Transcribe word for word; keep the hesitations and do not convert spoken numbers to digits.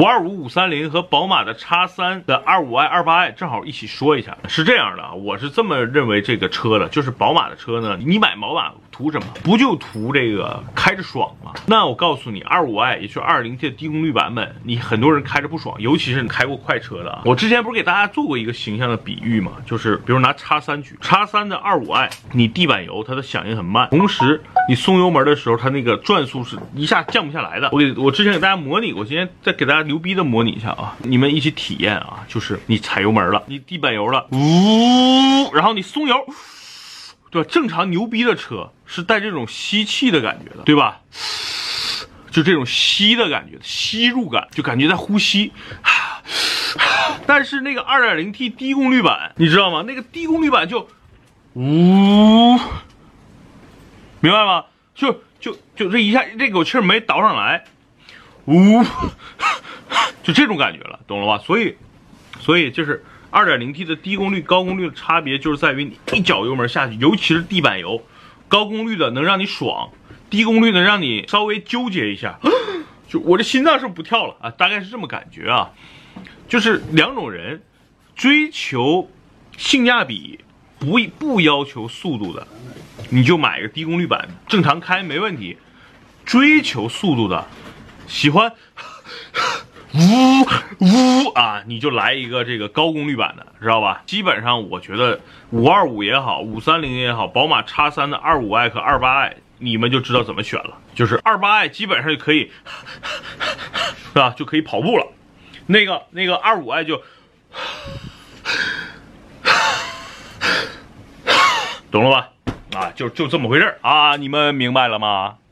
五二五、五三零和宝马的 X 三 的 二五 i、二八 i 正好一起说一下。是这样的啊，我是这么认为这个车的，就是宝马的车呢，你买宝马图什么？不就图这个开着爽吗？那我告诉你 ，二五 i 也就是 二点零 T 的低功率版本，你很多人开着不爽，尤其是你开过快车的啊。我之前不是给大家做过一个形象的比喻嘛，就是比如拿 X 三 举 ，X 三 的 二五 i， 你地板油它的响应很慢，同时你松油门的时候，它那个转速是一下降不下来的。我给我之前给大家模拟，我今天再给大家牛逼的模拟一下啊，你们一起体验啊，就是你踩油门了，你地板油了，呜，然后你松油。对吧？正常牛逼的车是带这种吸气的感觉的，对吧？就这种吸的感觉，吸入感，就感觉在呼吸。但是那个 二点零 T 低功率版，你知道吗？那个低功率版就，呜，明白吗？就就就这一下，这口气没倒上来，呜，就这种感觉了，懂了吧？所以，所以就是。二点零 T 的低功率、高功率的差别就是在于你一脚油门下去，尤其是地板油，高功率的能让你爽，低功率能让你稍微纠结一下，就我这心脏是不是不跳了啊？大概是这么感觉啊，就是两种人追求性价比，不不要求速度的，你就买个低功率版，正常开没问题。追求速度的，喜欢。呜呜啊！你就来一个这个高功率版的，知道吧？基本上我觉得五二五也好，五三零也好，宝马 X 三 的 二五 i 和 二八 i， 你们就知道怎么选了。就是 二八 i 基本上就可以，是吧？就可以跑步了。那个那个 二五 i 就，懂了吧？啊，就就这么回事啊！你们明白了吗？